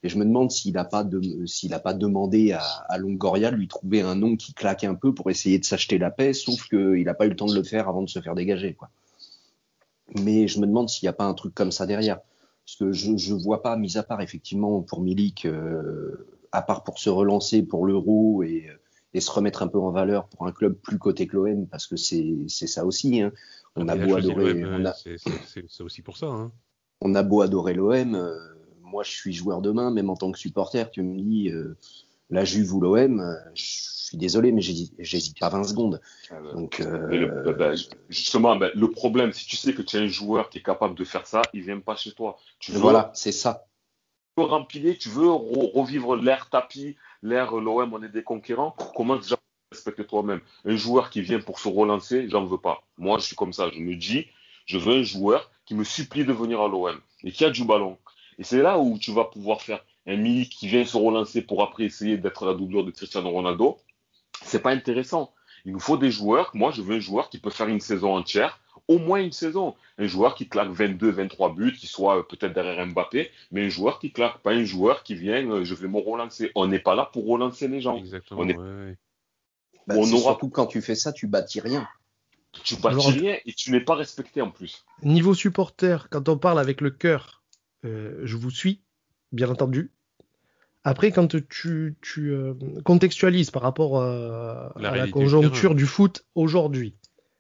Et je me demande s'il n'a pas demandé à Longoria de lui trouver un nom qui claque un peu pour essayer de s'acheter la paix, sauf qu'il n'a pas eu le temps de le faire avant de se faire dégager, quoi. Mais je me demande s'il n'y a pas un truc comme ça derrière. Parce que je vois pas, mis à part effectivement pour Milik, à part pour se relancer pour l'Euro et se remettre un peu en valeur pour un club plus coté que l'OM, parce que c'est ça aussi. Hein. On a beau adorer, c'est aussi pour ça. Hein. On a beau adorer l'OM. Moi, je suis joueur de main, même en tant que supporter. Tu me dis la Juve ou l'OM, je suis désolé, mais j'hésite pas 20 secondes. Donc, justement, le problème, si tu sais que tu es un joueur qui est capable de faire ça, il vient pas chez toi. Voilà, c'est ça. Tu veux remplir, tu veux revivre l'ère tapis, l'ère l'OM, on est des conquérants. Comment déjà respecter toi-même? Un joueur qui vient pour se relancer, j'en veux pas. Moi, je suis comme ça. Je me dis, je veux un joueur qui me supplie de venir à l'OM et qui a du ballon. Et c'est là où tu vas pouvoir faire un Milik qui vient se relancer pour après essayer d'être la doublure de Cristiano Ronaldo. C'est pas intéressant. Il nous faut des joueurs. Moi, je veux un joueur qui peut faire une saison entière, au moins une saison. Un joueur qui claque 22, 23 buts, qui soit peut-être derrière Mbappé, mais un joueur qui claque, pas un joueur qui vient, je vais me relancer. On n'est pas là pour relancer les gens. Exactement. Surtout quand tu fais ça, tu bâtis rien. Tu bâtis rien et tu n'es pas respecté en plus. Niveau supporter, quand on parle avec le cœur, je vous suis, bien entendu. Après, quand tu contextualises par rapport à la conjoncture du foot aujourd'hui,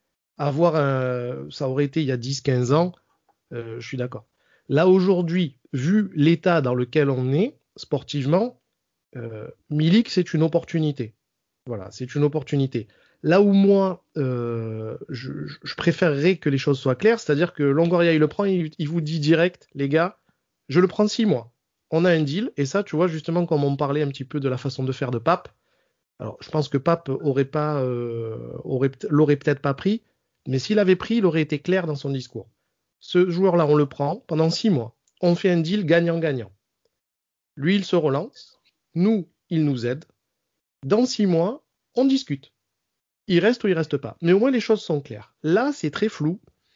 ça aurait été il y a 10-15 ans, je suis d'accord. Là, aujourd'hui, vu l'état dans lequel on est, sportivement, Milik, c'est une opportunité. Voilà, c'est une opportunité. Là où moi, je préférerais que les choses soient claires, c'est-à-dire que Longoria, il le prend, il vous dit direct, les gars, je le prends 6 mois. On a un deal, et ça, tu vois, justement, comme on parlait un petit peu de la façon de faire de Pape, alors je pense que Pape l'aurait peut-être pas pris, mais s'il avait pris, il aurait été clair dans son discours. Ce joueur-là, on le prend pendant 6 mois. On fait un deal gagnant-gagnant. Lui, il se relance. Nous, il nous aide. Dans 6 mois, on discute. Il reste ou il reste pas. Mais au moins, les choses sont claires. Là, c'est très flou.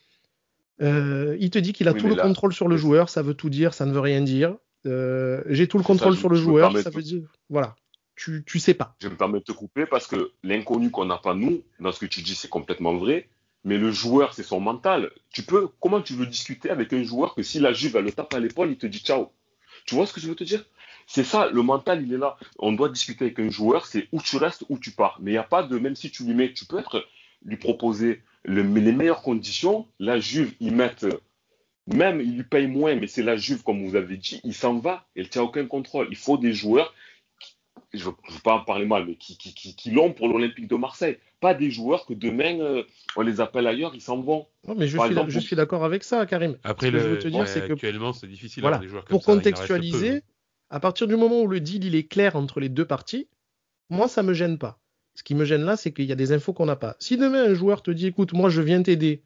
Il te dit qu'il a tout le contrôle sur le joueur. Ça veut tout dire, ça ne veut rien dire. J'ai tout le contrôle sur le joueur. Ça veut dire... Voilà. Tu sais pas. Je me permets de te couper parce que l'inconnu qu'on n'a pas, nous, dans ce que tu dis, c'est complètement vrai. Mais le joueur, c'est son mental. Comment tu veux discuter avec un joueur que si la Juve, elle le tape à l'épaule, il te dit ciao? Tu vois ce que je veux te dire? C'est ça, le mental, il est là. On doit discuter avec un joueur, c'est où tu restes, où tu pars. Mais il n'y a pas de, même si tu peux lui proposer les meilleures conditions. La Juve, même il lui paye moins, mais c'est la Juve, comme vous avez dit, il s'en va. Elle ne tient aucun contrôle. Il faut des joueurs, je ne veux pas en parler mal, mais qui l'ont pour l'Olympique de Marseille. Pas des joueurs que demain, on les appelle ailleurs, ils s'en vont. Non, mais je suis d'accord avec ça, Karim. Après, ce que je veux te dire, c'est que actuellement, c'est difficile voilà, des joueurs comme pour ça. Pour contextualiser, à partir du moment où le deal il est clair entre les deux parties, moi, ça me gêne pas. Ce qui me gêne là, c'est qu'il y a des infos qu'on n'a pas. Si demain, un joueur te dit, écoute, moi, je viens t'aider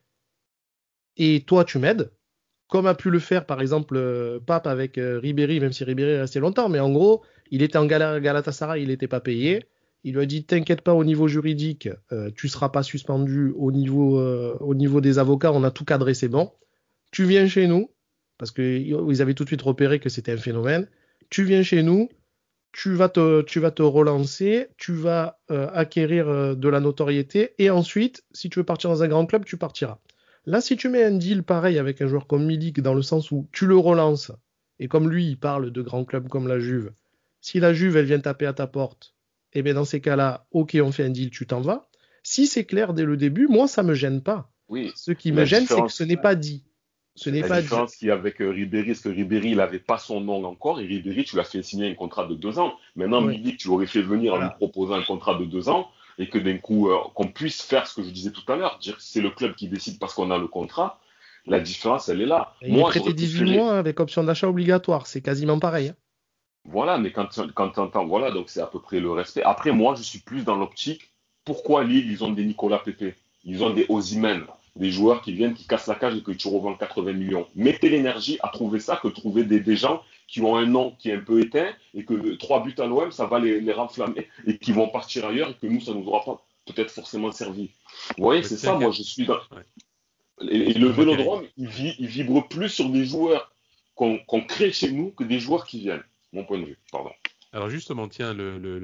et toi, tu m'aides, comme a pu le faire, par exemple, Pape avec Ribéry, même si Ribéry est resté longtemps, mais en gros, il était en Galatasaray, il n'était pas payé. Il lui a dit, t'inquiète pas, au niveau juridique, tu seras pas suspendu au niveau des avocats, on a tout cadré, c'est bon. Tu viens chez nous, parce qu'ils avaient tout de suite repéré que c'était un phénomène. Tu viens chez nous, tu vas te relancer, tu vas acquérir de la notoriété, et ensuite, si tu veux partir dans un grand club, tu partiras. Là, si tu mets un deal pareil avec un joueur comme Milik, dans le sens où tu le relances, et comme lui, il parle de grands clubs comme la Juve, si la Juve, elle vient taper à ta porte, eh bien dans ces cas-là, ok, on fait un deal, tu t'en vas. Si c'est clair dès le début, moi, ça me gêne pas. Oui, ce qui me gêne, c'est que ce n'est pas dit. La différence qu'il y a avec Ribéry, c'est que Ribéry, il n'avait pas son nom encore, et Ribéry, tu l'as fait signer un contrat de 2 ans. Maintenant, Milik, tu l'aurais fait venir en lui proposant un contrat de 2 ans, et que d'un coup, qu'on puisse faire ce que je disais tout à l'heure, dire que c'est le club qui décide parce qu'on a le contrat. La différence, elle est là. Et moi, il est prêté 18 mois avec option d'achat obligatoire, c'est quasiment pareil. Hein. Voilà, mais quand tu entends, voilà, donc c'est à peu près le respect. Après, moi, je suis plus dans l'optique, pourquoi Lille, ils ont des Nicolas Pepe, ils ont des Osimhen, des joueurs qui viennent, qui cassent la cage et que tu revends 80 millions. Mettez l'énergie à trouver ça que trouver des gens qui ont un nom qui est un peu éteint et que 3 buts à l'OM, ça va les renflammer et qui vont partir ailleurs et que nous, ça ne nous aura pas peut-être forcément servi. Vous voyez, c'est ça, moi, je suis dans... Et le Vélodrome, il vibre plus sur des joueurs qu'on crée chez nous que des joueurs qui viennent. Mon point de vue, pardon. Alors justement, tiens,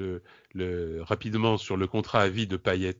rapidement sur le contrat à vie de Payet.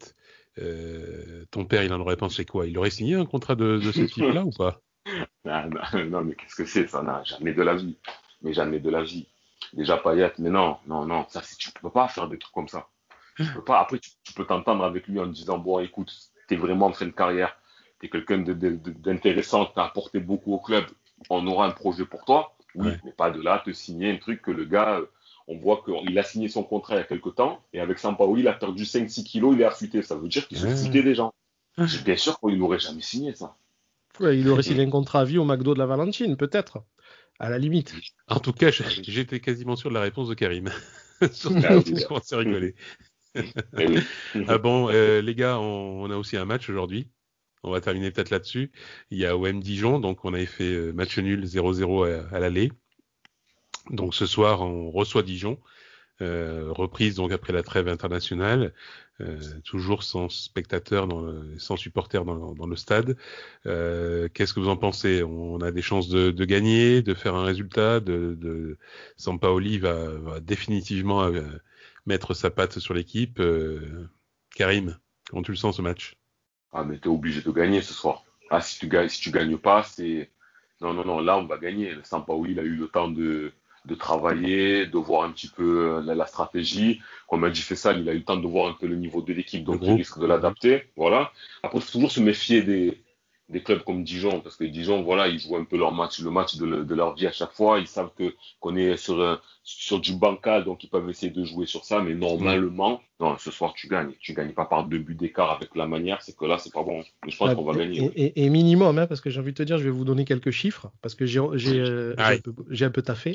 Ton père, il en aurait pensé quoi? Il aurait signé un contrat de ce type-là ou pas? Non, mais qu'est-ce que c'est ça? Non, jamais de la vie. Mais jamais de la vie. Déjà Payet, mais non. Ça, tu peux pas faire des trucs comme ça. Tu peux pas. Après, tu peux t'entendre avec lui en disant, bon, écoute, t'es vraiment en fin de carrière, t'es quelqu'un d'intéressant, t'as apporté beaucoup au club, on aura un projet pour toi. Oui, Ouais. mais pas de là te signer un truc que le gars, on voit qu'il a signé son contrat il y a quelque temps, et avec Sampaoli, il a perdu 5-6 kilos, il est affûté. Ça veut dire qu'il se foutait des gens. Bien sûr qu'il n'aurait jamais signé ça. Ouais, il aurait signé un contrat à vie au McDo de la Valentine, peut-être, à la limite. En tout cas, j'étais quasiment sûr de la réponse de Karim. Surtout Ah quand oui. il commençait à rigoler. Eh oui. Ah bon, les gars, on a aussi un match aujourd'hui. On va terminer peut-être là-dessus. Il y a OM Dijon, donc on avait fait match nul 0-0 à l'aller. Donc ce soir, on reçoit Dijon. Reprise donc après la trêve internationale, toujours sans spectateurs, sans supporters dans le stade. Qu'est-ce que vous en pensez? On a des chances de gagner, de faire un résultat. Sampaoli va définitivement mettre sa patte sur l'équipe. Karim, comment tu le sens ce match? Ah, mais t'es obligé de gagner ce soir. Ah, si tu gagnes pas, c'est. Non, là, on va gagner. Le Sampaoli, il a eu le temps de travailler, de voir un petit peu la stratégie. Comme a dit Fessal, il a eu le temps de voir un peu le niveau de l'équipe, Le donc il groupe? risque de l'adapter. Voilà. Après, il faut toujours se méfier des clubs comme Dijon, parce que Dijon, voilà, ils jouent un peu leur match, le match de leur vie à chaque fois. Ils savent qu'on est sur du bancal, donc ils peuvent essayer de jouer sur ça, mais normalement, non, ce soir, tu gagnes. Tu gagnes pas par 2 buts d'écart avec la manière, c'est que là, c'est pas bon. Mais je pense qu'on va gagner. Oui. Et minimum, hein, parce que j'ai envie de te dire, je vais vous donner quelques chiffres, parce que Aïe. j'ai un peu taffé.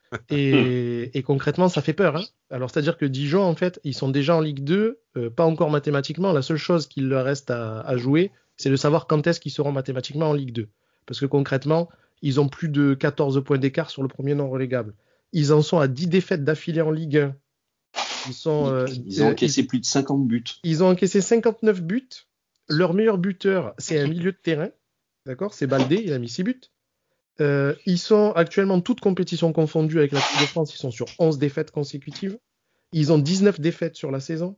Et concrètement, ça fait peur. Hein. Alors, c'est-à-dire que Dijon, en fait, ils sont déjà en Ligue 2, pas encore mathématiquement. La seule chose qu'il leur reste à jouer, c'est de savoir quand est-ce qu'ils seront mathématiquement en Ligue 2. Parce que concrètement, ils ont plus de 14 points d'écart sur le premier non relégable. Ils en sont à 10 défaites d'affilée en Ligue 1. Ils ont encaissé plus de 50 buts. Ils ont encaissé 59 buts. Leur meilleur buteur, c'est un milieu de terrain. D'accord? C'est Baldé, il a mis 6 buts. Ils sont actuellement toutes compétitions confondues avec la Coupe de France. Ils sont sur 11 défaites consécutives. Ils ont 19 défaites sur la saison.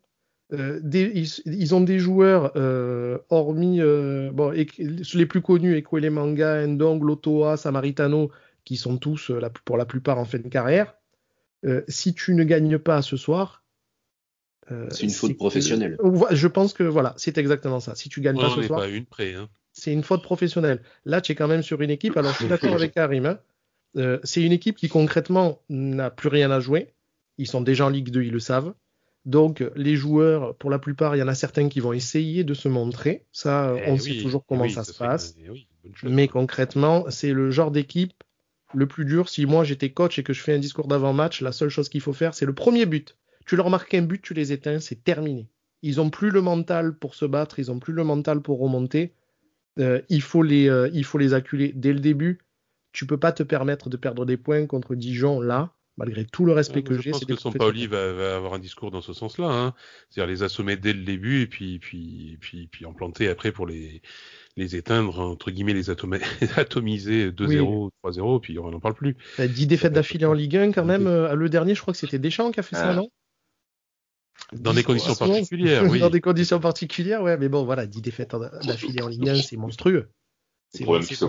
Ils ont des joueurs, hormis les plus connus, Ekwele Manga, Ndong, Lotoa, Samaritano, qui sont tous, pour la plupart, en fin de carrière. Si tu ne gagnes pas ce soir, c'est une faute professionnelle. Je pense que voilà, c'est exactement ça. Si tu gagnes pas ce soir, On n'est pas une près. Hein. c'est une faute professionnelle. Là, tu es quand même sur une équipe. Alors, je suis d'accord avec Karim. Hein. C'est une équipe qui concrètement n'a plus rien à jouer. Ils sont déjà en Ligue 2, ils le savent. Donc, les joueurs, pour la plupart, il y en a certains qui vont essayer de se montrer. Ça, on sait toujours comment ça se passe. Mais concrètement, c'est le genre d'équipe le plus dur. Si moi, j'étais coach et que je fais un discours d'avant-match, la seule chose qu'il faut faire, c'est le premier but. Tu leur marques un but, tu les éteins, c'est terminé. Ils n'ont plus le mental pour se battre, ils n'ont plus le mental pour remonter. Il faut les acculer dès le début. Tu peux pas te permettre de perdre des points contre Dijon là, malgré tout le respect que j'ai. Je pense que Sampaoli va avoir un discours dans ce sens-là, hein. C'est-à-dire les assommer dès le début et puis en planter après pour les éteindre, entre guillemets, les atomiser 2-0, 3-0, puis on n'en parle plus. 10 défaites d'affilée en Ligue 1 quand même. Le dernier, je crois que c'était Deschamps qui a fait ça, non? Dans des conditions particulières, oui. Dans des conditions particulières, ouais, mais bon, voilà, 10 défaites d'affilée en Ligue 1, c'est monstrueux. Le problème qui se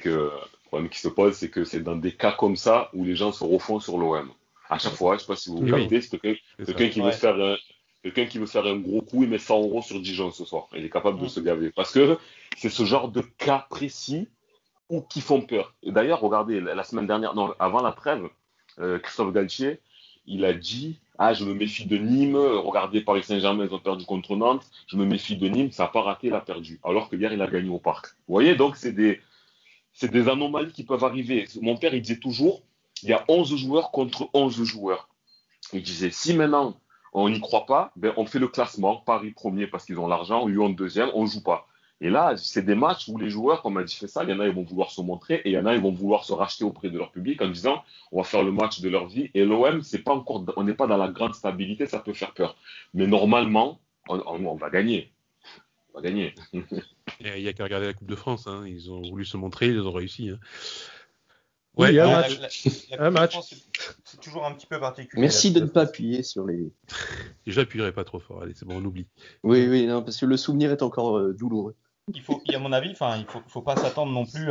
pose, c'est que c'est dans des cas comme ça où les gens se refont sur l'OM. À chaque fois, je sais pas si vous captez, c'est quelqu'un qui veut faire un gros coup, il met 100 € sur Dijon ce soir. Il est capable de se gaver. Parce que c'est ce genre de cas précis ou qui font peur. Et d'ailleurs, regardez, la semaine dernière, non, avant la trêve, Christophe Galtier, il a dit je me méfie de Nîmes, regardez Paris Saint-Germain, ils ont perdu contre Nantes, je me méfie de Nîmes, ça n'a pas raté, il a perdu. Alors que hier, il a gagné au Parc. Vous voyez, donc c'est des anomalies qui peuvent arriver. Mon père, il disait toujours, il y a 11 joueurs contre 11 joueurs. Il disait, si maintenant on n'y croit pas, ben on fait le classement, Paris premier parce qu'ils ont l'argent, Lyon deuxième, on ne joue pas. Et là, c'est des matchs où les joueurs, comme a dit ça, il y en a, ils vont vouloir se montrer et il y en a, ils vont vouloir se racheter auprès de leur public en disant, on va faire le match de leur vie. Et l'OM, on n'est pas dans la grande stabilité, ça peut faire peur. Mais normalement, on va gagner. On va gagner. Il n'y a qu'à regarder la Coupe de France. Hein. Ils ont voulu se montrer, ils ont réussi. Hein. Ouais, Oui, un la- match. La Un match. concurrence, c'est toujours un petit peu particulier. Merci de là. ne pas appuyer sur les. J'appuierai pas trop fort. Allez, c'est bon, on oublie. Oui, non, parce que le souvenir est encore douloureux. À mon avis, il faut pas s'attendre non plus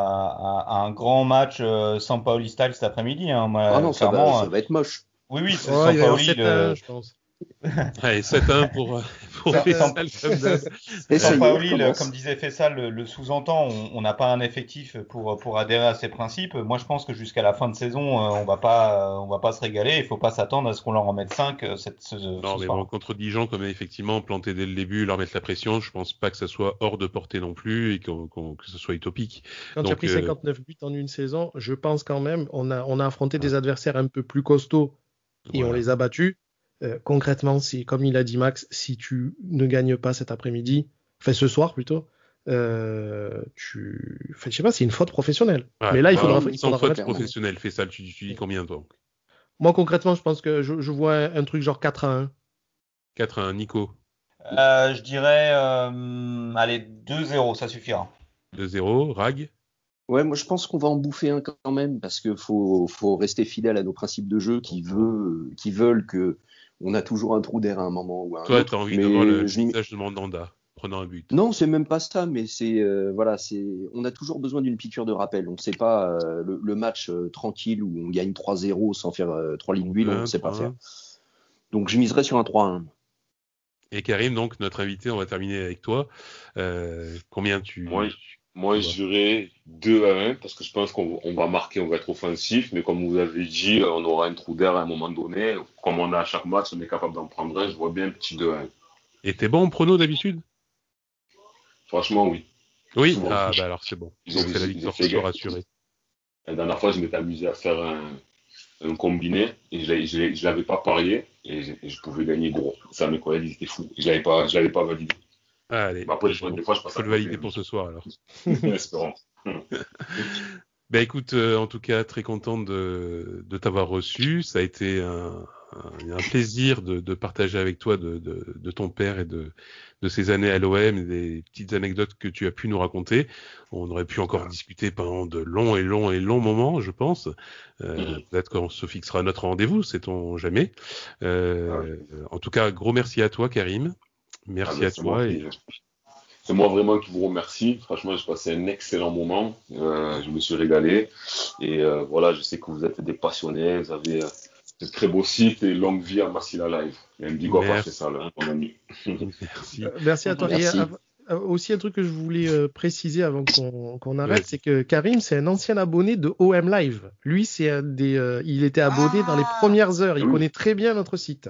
à un grand match Sampaoli style cet après-midi. Hein. Moi, Ah non, clairement, ça va être moche. oui, c'est Oh, il va y avoir Sampaoli. 7-1, je pense. Allez, 7-1 pour Ça- Faisal comme d'hab. Et ça y est, on Sampaoli, recommence. comme disait Fessal, le sous-entend, on n'a pas un effectif pour adhérer à ses principes. Moi, je pense que jusqu'à la fin de saison, on va pas se régaler. Il faut pas s'attendre à ce qu'on leur en mette 5 ce Non, mais soir. bon, contre Dijon, comme effectivement planté dès le début, leur mettre la pression, je pense pas que ça soit hors de portée non plus et que ce soit utopique. Quand tu as Donc, pris 59 buts en une saison, je pense quand même, on a affronté des adversaires un peu plus costauds et on voilà. les a battus. Concrètement, comme il a dit Max, si tu ne gagnes pas cet après-midi, enfin ce soir plutôt, enfin, je sais pas, c'est une faute professionnelle. Ouais, Mais là, il faudra sans faute remettre. professionnelle, fais ça, tu dis combien toi? Moi, concrètement, je pense que je vois un truc genre 4-1. 4-1, Nico. Je dirais, allez, 2-0, ça suffira. 2-0, Rag. Ouais, moi je pense qu'on va en bouffer un quand même parce que faut rester fidèle à nos principes de jeu qui veulent que on a toujours un trou d'air à un moment ou à un Toi, autre. t'as envie Mais de voir le je m'y- visage de Mandanda prenant un but. Non, c'est même pas ça, mais c'est voilà, on a toujours besoin d'une piqûre de rappel. On ne sait pas le match tranquille où on gagne 3-0 sans faire 3 lignes d'huile, on ne sait pas 3-1. faire. Donc je miserais sur un 3-1. Et Karim, donc notre invité, on va terminer avec toi. Combien Moi, je dirais 2-1 parce que je pense qu'on va marquer, on va être offensif, mais comme vous avez dit, on aura un trou d'air à un moment donné. Comme on a à chaque match, on est capable d'en prendre un. Je vois bien un petit 2-1. Et t'es bon en prono d'habitude? Franchement, oui. Oui. Souvent. Ah bah alors c'est bon. Ils ont- Donc c'est la ils ont victoire fait qui soit gagner. rassurée. La dernière fois, je m'étais amusé à faire un combiné et je l'avais pas parié et je pouvais gagner gros. Ça, mes collègues, ils étaient fous. Je l'avais pas validé. Allez. Mais après, Bon, des fois, je passe faut à le côté. valider pour ce soir alors. Espérons. Ben écoute, en tout cas, très content de t'avoir reçu. Ça a été un plaisir de partager avec toi de ton père et de ces années à l'OM et des petites anecdotes que tu as pu nous raconter. On aurait pu encore discuter pendant de longs moments, je pense. Peut-être qu'on se fixera notre rendez-vous, sait-on jamais. En tout cas, gros merci à toi, Karim. Merci à toi. C'est moi vraiment qui vous remercie. Franchement, j'ai passé un excellent moment. Je me suis régalé. Et voilà, je sais que vous êtes des passionnés. Vous avez de très beaux sites et longue vie à Massila Live. Et un big up à ça, mon ami. Merci. Merci à toi. Merci. Et aussi un truc que je voulais préciser avant qu'on arrête, c'est que Karim, c'est un ancien abonné de OM Live. Lui, c'est il était abonné dans les premières heures. Il connaît très bien notre site.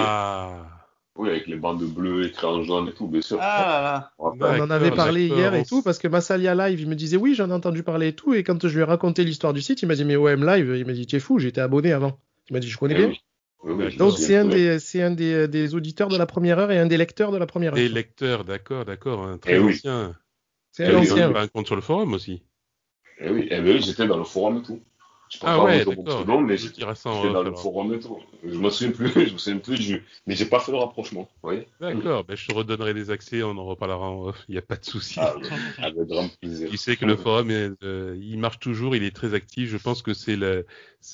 Oui, avec les bandes bleues, écrits en jaune et tout, bien sûr. Ah là là. On en avait parlé hier et tout, parce que Massalia Live, il me disait oui, j'en ai entendu parler et tout. Et quand je lui ai raconté l'histoire du site, il m'a dit mais OM Live, il m'a dit t'es fou, j'étais abonné avant. Il m'a dit je connais bien. Oui, donc c'est un des auditeurs de la première heure et un des lecteurs de la première heure. Des lecteurs, d'accord, un très ancien. C'est un ancien. Il a un compte sur le forum aussi. Oui, j'étais dans le forum et tout. Je peux pas vous dire beaucoup de nom, mais j'étais dans le forum et tout. Je me souviens plus, mais j'ai pas fait le rapprochement. Oui. D'accord, je te redonnerai des accès, on en reparlera en off, il n'y a pas de souci. Avec grand plaisir. Tu sais que le forum, il marche toujours, il est très actif. Je pense que c'est le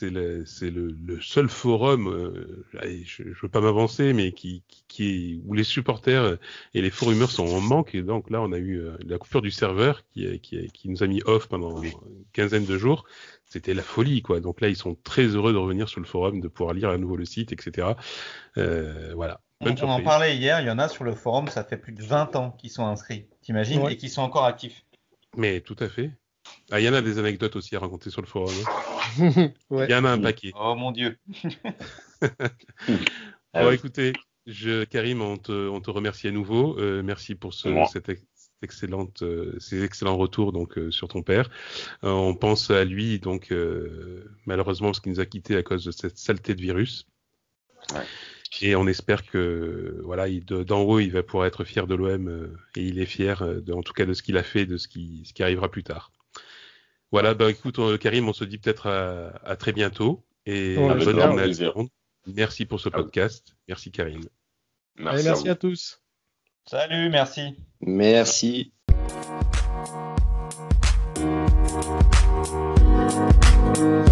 seul forum, je veux pas m'avancer, mais où les supporters et les forumers sont en manque. Et donc là, on a eu la coupure du serveur qui nous a mis off pendant une quinzaine de jours. C'était la folie, quoi. Donc là, ils sont très heureux de revenir sur le forum, de pouvoir lire à nouveau le site, etc. Voilà. On en parlait hier, il y en a sur le forum, ça fait plus de 20 ans qu'ils sont inscrits, t'imagines, et qui sont encore actifs. Mais tout à fait. Ah, il y en a des anecdotes aussi à raconter sur le forum. Hein. Il y en a un paquet. Oh mon Dieu. Bon, écoutez, Karim, on te remercie à nouveau. Merci pour ces excellents retours donc sur ton père. On pense à lui donc malheureusement parce qu'il nous a quittés à cause de cette saleté de virus. Ouais. Et on espère que voilà, d'en haut, il va pouvoir être fier de l'OM et il est fier en tout cas de ce qu'il a fait, de ce qui arrivera plus tard. Voilà, écoute, Karim, on se dit peut-être à très bientôt et bonne journée à tout le monde. Merci pour ce podcast. Merci Karim. Merci à tous. Salut, merci. Merci. Ciao.